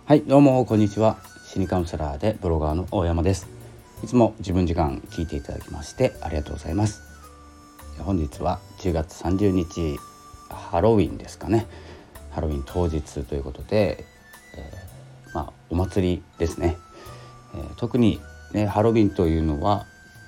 はい、どうもこんにちは。心理カウンセラーでブロガーの大山です。いつも自分時間聞いていただきましてありがとうございます。本日は10月30日ハロウィンですかね。ハロウィン当日ということで、お祭りですね。特にね、ハロウィンというのは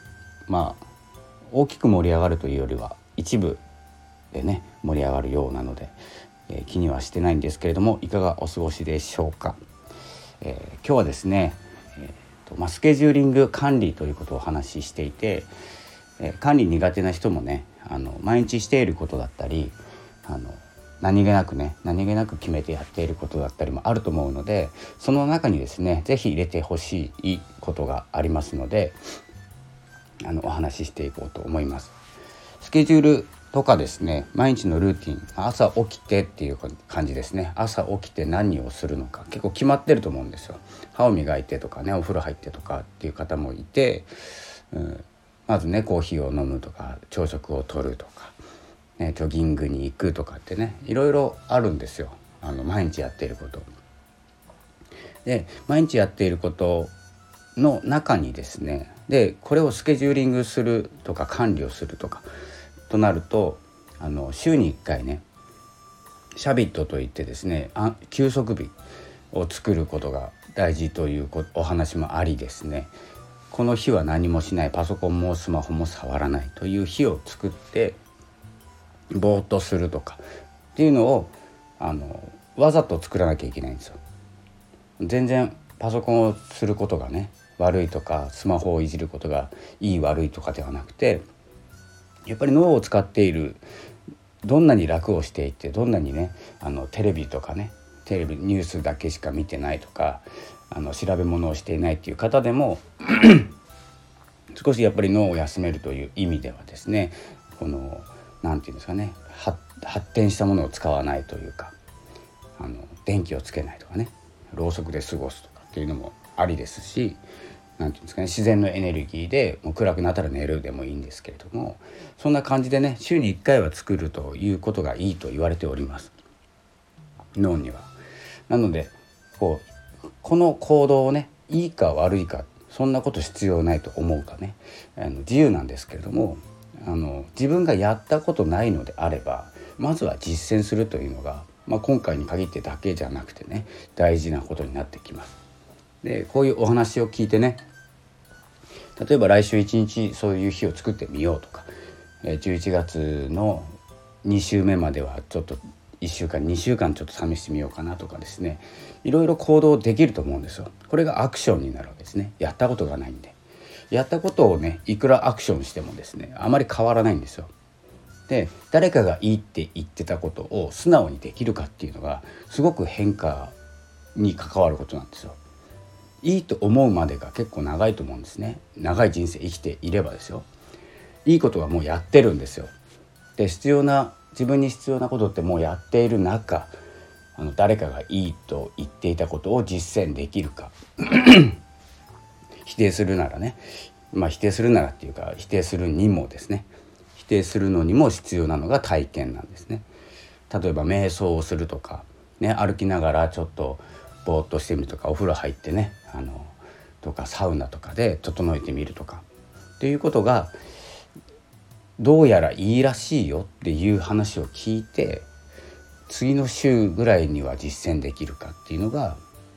大きく盛り上がるというよりは一部でね盛り上がるようなので、気にはしてないんですけれども、いかがお過ごしでしょうか。今日はですね、スケジューリング管理ということをお話ししていて、管理苦手な人もね毎日していることだったり何気なく決めてやっていることだったりもあると思うので、その中にですねぜひ入れてほしいことがありますのでお話ししていこうと思います。スケジュールとかですね、毎日のルーティン、朝起きてっていう感じですね。朝起きて何をするのか結構決まってると思うんですよ。歯を磨いてとかね、お風呂入ってとかっていう方もいて、まずねコーヒーを飲むとか朝食をとるとか、ね、ジョギングに行くとかってねいろいろあるんですよ。毎日やっていることで、毎日やっていることの中にですね、でこれをスケジューリングするとか管理をするとかとなると、週に1回ねシャビットといってですね休息日を作ることが大事というお話もありですね、この日は何もしない、パソコンもスマホも触らないという日を作ってぼーっとするとかっていうのをわざと作らなきゃいけないんですよ。全然パソコンをすることがね悪いとか、スマホをいじることがいい悪いとかではなくて、やっぱり脳を使っている、どんなに楽をしていて、どんなにねテレビニュースだけしか見てないとか調べ物をしていないっていう方でも少しやっぱり脳を休めるという意味ではですね、なんていうんですかね、発展したものを使わないというか、電気をつけないとかね、ろうそくで過ごすとかっていうのもありですし、なんていうんですかね、自然のエネルギーでもう暗くなったら寝るでもいいんですけれども、そんな感じでね週に1回は作るということがいいと言われております、脳には。なのでこの行動をねいいか悪いかそんなこと必要ないと思うかね、自由なんですけれども、自分がやったことないのであればまずは実践するというのが、今回に限ってだけじゃなくてね大事なことになってきます。でこういうお話を聞いてね、例えば来週1日そういう日を作ってみようとか、11月の2週目まではちょっと1週間2週間ちょっと試してみようかなとかですね、いろいろ行動できると思うんですよ。これがアクションになるわけですね。やったことがないんで、やったことをねいくらアクションしてもですねあまり変わらないんですよ。で誰かがいいって言ってたことを素直にできるかっていうのがすごく変化に関わることなんですよ。いいと思うまでが結構長いと思うんですね。長い人生生きていればですよ。いいことはもうやってるんですよ。で自分に必要なことってもうやっている中、誰かがいいと言っていたことを実践できるか否定するならね、否定するならっていうか否定するにもですね、否定するのにも必要なのが体験なんですね。例えば瞑想をするとかね、歩きながらちょっとぼーっとしてみるとか、お風呂入ってねとかサウナとかで整えてみるとかっていうことがどうやらいいらしいよっていう話を聞いて、次の週ぐらいには実践できるかっていうのが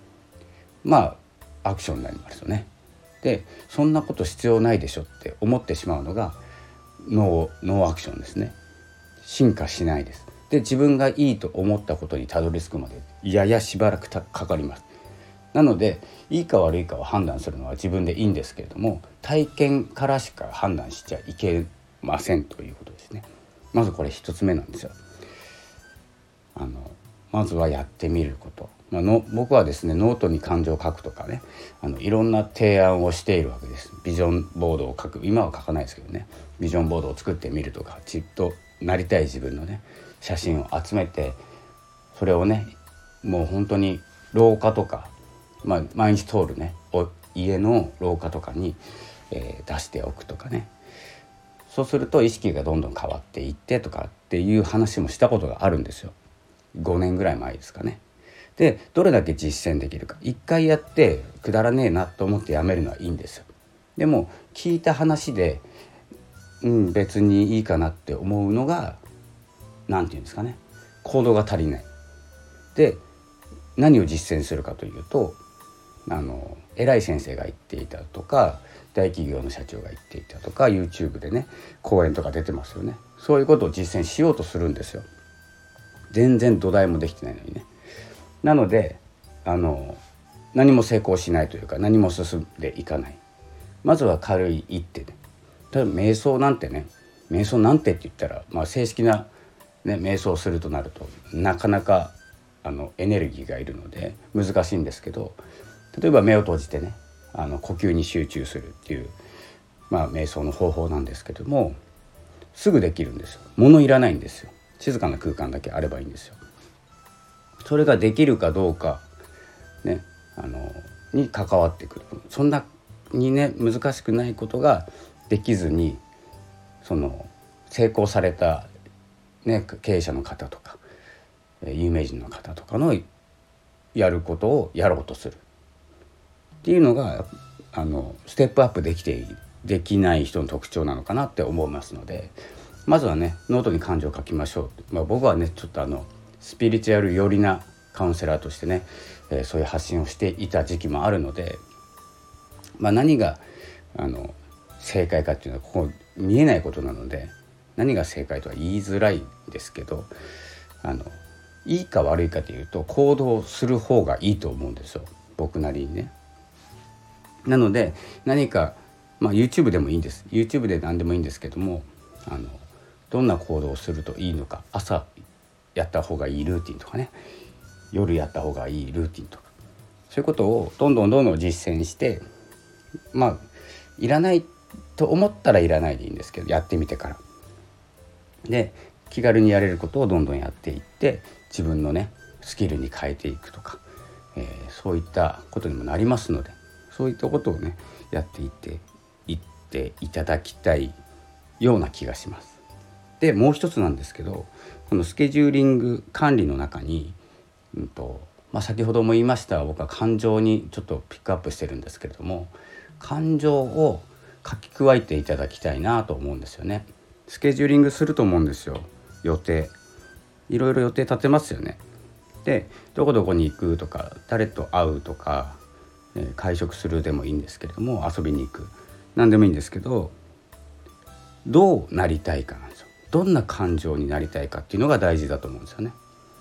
アクションになりますよね。でそんなこと必要ないでしょって思ってしまうのがノーアクションですね。進化しないです。で自分がいいと思ったことにたどり着くまでややしばらくかかります。なのでいいか悪いかを判断するのは自分でいいんですけれども、体験からしか判断しちゃいけませんということですね。まずこれ一つ目なんですよ。まずはやってみること、僕はですねノートに感情を書くとかね、いろんな提案をしているわけです。ビジョンボードを書く、今は書かないですけどね、ビジョンボードを作ってみるとか、じっとなりたい自分のね写真を集めて、それをねもう本当に廊下とか、毎日通るね家の廊下とかに、出しておくとかね。そうすると意識がどんどん変わっていってとかっていう話もしたことがあるんですよ。5年ぐらい前ですかね。 でどれだけ実践できるか。一回やってくだらねえなと思ってやめるのはいいんですよ。でも聞いた話で別にいいかなって思うのがなんていうんですかね、行動が足りない。で何を実践するかというと偉い先生が言っていたとか大企業の社長が言っていたとか YouTube でね講演とか出てますよね。そういうことを実践しようとするんですよ。全然土台もできてないのにね。なので何も成功しないというか何も進んでいかない。まずは軽い一手で、例えば瞑想なんてって言ったら、正式な、瞑想をするとなるとなかなかエネルギーがいるので難しいんですけど、例えば目を閉じてね呼吸に集中するっていう、瞑想の方法なんですけども、すぐできるんですよ。物いらないんですよ。静かな空間だけあればいいんですよ。それができるかどうかねに関わってくる。そんなにね難しくないことができずに成功された、経営者の方とか有名人の方とかのやることをやろうとするっていうのがステップアップできない人の特徴なのかなって思いますので、まずはねノートに感情を書きましょう。僕はねちょっとスピリチュアル寄りなカウンセラーとしてね、そういう発信をしていた時期もあるので、何が正解かっていうのはここ見えないことなので何が正解とは言いづらいんですけど、いいか悪いかというと行動する方がいいと思うんですよ、僕なりにね。なので何か、YouTube でもいいんです。 YouTube で何でもいいんですけどもどんな行動をするといいのか、朝やった方がいいルーティンとかね、夜やった方がいいルーティンとか、そういうことをどんどん実践して、いらないと思ったらいらないでいいんですけど、やってみてからで気軽にやれることをどんどんやっていって自分のねスキルに変えていくとか、そういったことにもなりますので、そういったことをねやっていっていただきたいような気がします。でもう一つなんですけど、このスケジューリング管理の中に、先ほども言いました僕は感情にちょっとピックアップしてるんですけれども、感情を書き加えていただきたいなと思うんですよね。スケジューリングすると思うんですよ。予定いろいろ予定立てますよね。でどこどこに行くとか誰と会うとか、会食するでもいいんですけれども、遊びに行く何でもいいんですけど、どうなりたいかなんですよ。どんな感情になりたいかっていうのが大事だと思うんですよね。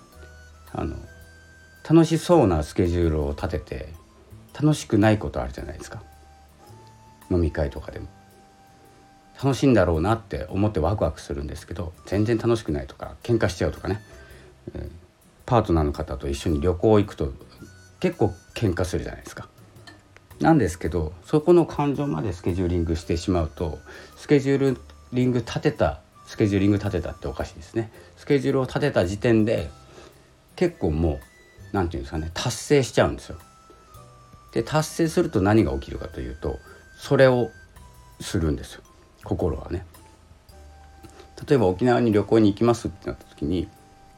楽しそうなスケジュールを立てて楽しくないことあるじゃないですか。飲み会とかでも楽しいんだろうなって思ってワクワクするんですけど全然楽しくないとか喧嘩しちゃうとかね、パートナーの方と一緒に旅行行くと結構喧嘩するじゃないですか。なんですけどそこの感情までスケジューリングしてしまうとスケジューリング立てたっておかしいですね。スケジュールを立てた時点で結構もうなんていうんですかね、達成しちゃうんですよ。で達成すると何が起きるかというとそれをするんですよ、心はね。例えば沖縄に旅行に行きますってなった時に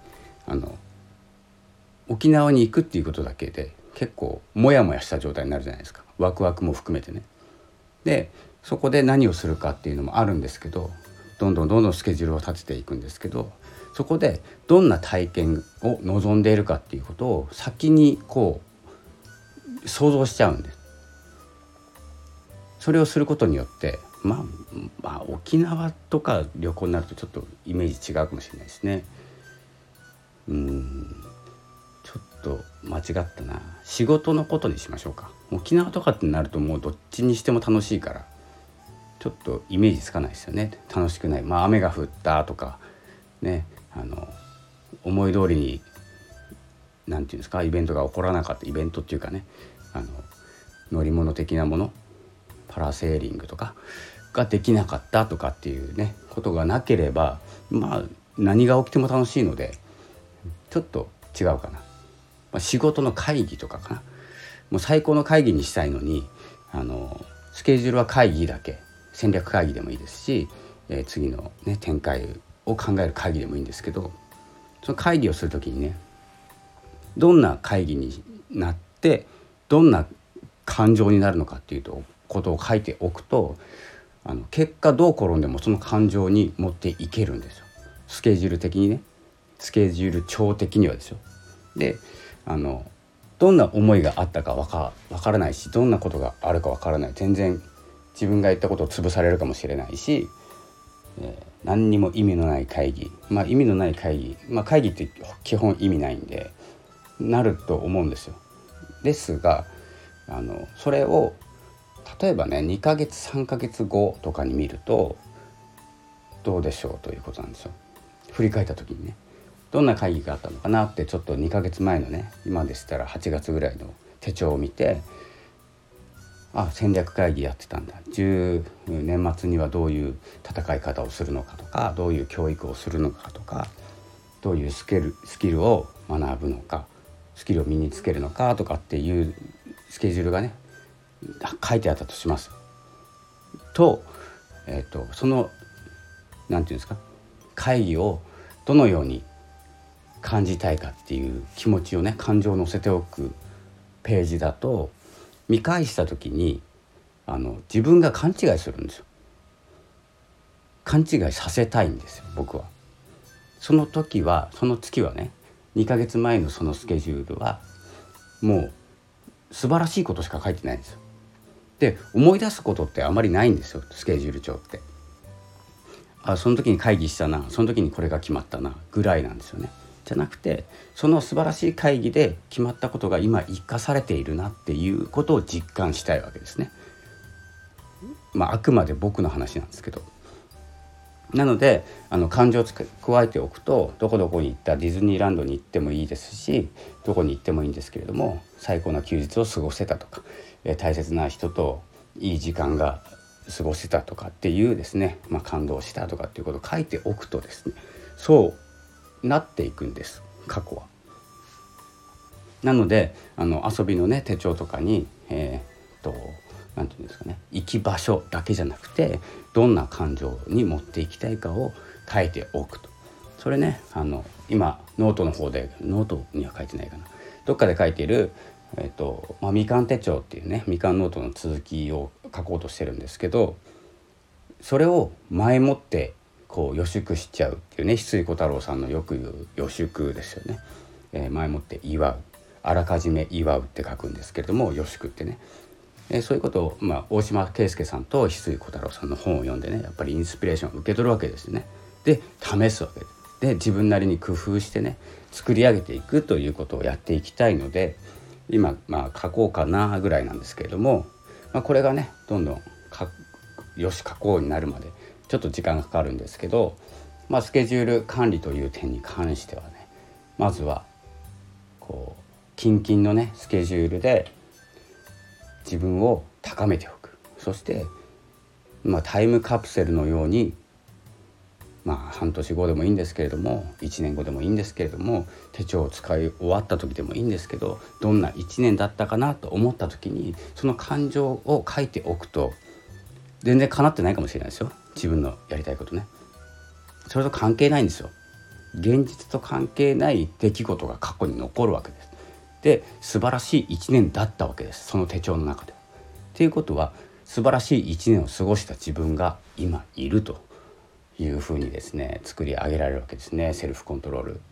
沖縄に行くっていうことだけで結構モヤモヤした状態になるじゃないですか。ワクワクも含めてね。でそこで何をするかっていうのもあるんですけど、どんどんスケジュールを立てていくんですけど、そこでどんな体験を望んでいるかっていうことを先に想像しちゃうんです。それをすることによって沖縄とか旅行になるとちょっとイメージ違うかもしれないですね。ちょっと間違ったな。仕事のことにしましょうか。沖縄とかってなるともうどっちにしても楽しいからちょっとイメージつかないですよね。楽しくない、雨が降ったとかね、思い通りになんていうんですか、イベントが起こらなかった、イベントっていうかね乗り物的なもの、パラセーリングとかができなかったとかっていうねことがなければ何が起きても楽しいのでちょっと違うかな。仕事の会議とかかな。もう最高の会議にしたいのにスケジュールは会議だけ、戦略会議でもいいですし、次の、展開を考える会議でもいいんですけど、その会議をするときにねどんな会議になってどんな感情になるのかっていうことを書いておくと、結果どう転んでもその感情に持っていけるんですよ。スケジュール的にね、スケジュール帳的にはですよ。でどんな思いがあったかわからないし、どんなことがあるかわからない、全然自分が言ったことを潰されるかもしれないし、何にも意味のない会議、意味のない会議、会議って基本意味ないんでなると思うんですよ。ですがそれを例えばね2ヶ月3ヶ月後とかに見るとどうでしょうということなんですよ。振り返った時にね、どんな会議があったのかなってちょっと2ヶ月前のね、今でしたら8月ぐらいの手帳を見て、戦略会議やってたんだ、年末にはどういう戦い方をするのかとか、どういう教育をするのかとか、どういうスキルを学ぶのか、スキルを身につけるのかとかっていうスケジュールがね書いてあったとしますと、そのなんていうんですか、会議をどのように感じたいかっていう気持ちをね、感情を乗せておくページだと、見返した時に自分が勘違いするんですよ。勘違いさせたいんですよ、僕は。その月はね、2ヶ月前のそのスケジュールはもう素晴らしいことしか書いてないんですよ。で、思い出すことってあまりないんですよ、スケジュール帳って。その時に会議したな、その時にこれが決まったなぐらいなんですよね。じゃなくて、その素晴らしい会議で決まったことが今生かされているなっていうことを実感したいわけですね。あくまで僕の話なんですけど、なので感情を加えておくと、どこどこに行った、ディズニーランドに行ってもいいですし、どこに行ってもいいんですけれども、最高な休日を過ごせたとか、大切な人といい時間が過ごせたとかっていうですね、感動したとかっていうことを書いておくとですね、そうなっていくんです、過去は。なので遊びのね手帳とかになんていうんですかね、行き場所だけじゃなくて、どんな感情に持っていきたいかを書いておくと。それね今ノートの方で、ノートには書いてないかな、どっかで書いているみかん手帳っていうね、みかんノートの続きを書こうとしてるんですけど、それを前もって予祝しちゃうっていうね、翡翠小太郎さんのよく言う予祝ですよね。前もって祝う、あらかじめ祝うって書くんですけれども、予祝ってね、そういうことを、大島圭介さんと翡翠小太郎さんの本を読んでね、やっぱりインスピレーションを受け取るわけですよね。で試すわけです。で自分なりに工夫してね、作り上げていくということをやっていきたいので、今書こうかなぐらいなんですけれども、これがねどんどんよし書こうになるまでちょっと時間がかかるんですけど、スケジュール管理という点に関してはね、まずは近々のねスケジュールで自分を高めておく。そしてタイムカプセルのように半年後でもいいんですけれども、1年後でもいいんですけれども、手帳を使い終わった時でもいいんですけど、どんな1年だったかなと思った時にその感情を書いておくと、全然叶ってないかもしれないですよ、自分のやりたいことね。それと関係ないんですよ。現実と関係ない出来事が過去に残るわけです。で素晴らしい1年だったわけです、その手帳の中で。っていうことは、素晴らしい1年を過ごした自分が今いるというふうにですね、作り上げられるわけですね。セルフコントロール。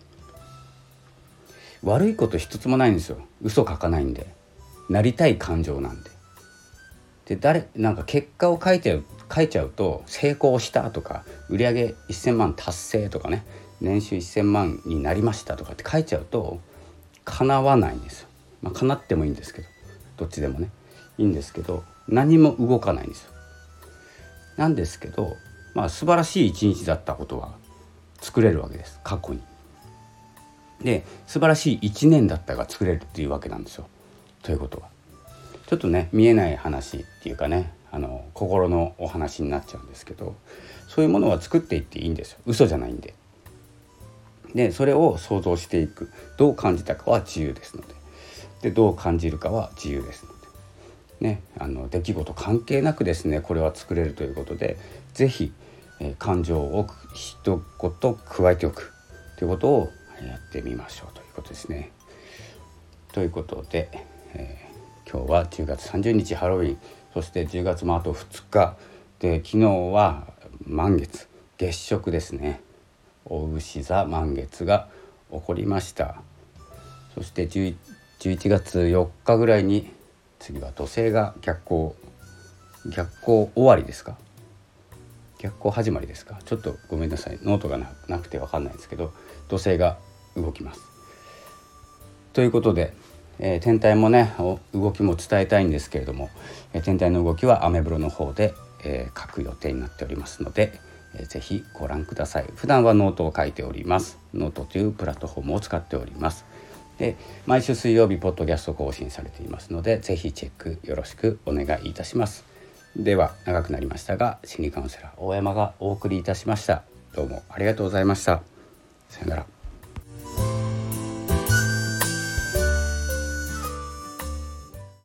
悪いこと一つもないんですよ。嘘書かないんで、なりたい感情なんで。でなんか結果を書いちゃうと、成功したとか、売上1000万達成とかね、年収1000万になりましたとかって書いちゃうと叶わないんですよ。叶ってもいいんですけど、どっちでもねいいんですけど、何も動かないんですよ。なんですけど、素晴らしい一日だったことは作れるわけです、過去に。で素晴らしい一年だったが作れるっていうわけなんですよ。ということはちょっとね見えない話っていうかね、心のお話になっちゃうんですけど、そういうものは作っていっていいんですよ。嘘じゃないんで。でそれを想像していく。どう感じたかは自由ですので、どう感じるかは自由ですのでね、出来事関係なくですね、これは作れるということで、ぜひ、感情を一言加えておくということをやってみましょうということですね。 ということで、今日は10月30日ハロウィン、そして10月もあと2日で、昨日は満月、月食ですね。お牛座満月が起こりました。そして11月4日ぐらいに次は土星が逆行終わりですか、逆行始まりですか、ちょっとごめんなさい、ノートがなくて分かんないですけど、土星が動きます。ということで、天体もね動きも伝えたいんですけれども、天体の動きはアメブロの方で、書く予定になっておりますので、ぜひご覧ください。普段はノートを書いております。ノートというプラットフォームを使っております。で、毎週水曜日ポッドキャスト更新されていますので、ぜひチェックよろしくお願いいたします。では長くなりましたが、心理カウンセラー大山がお送りいたしました。どうもありがとうございました。さよなら。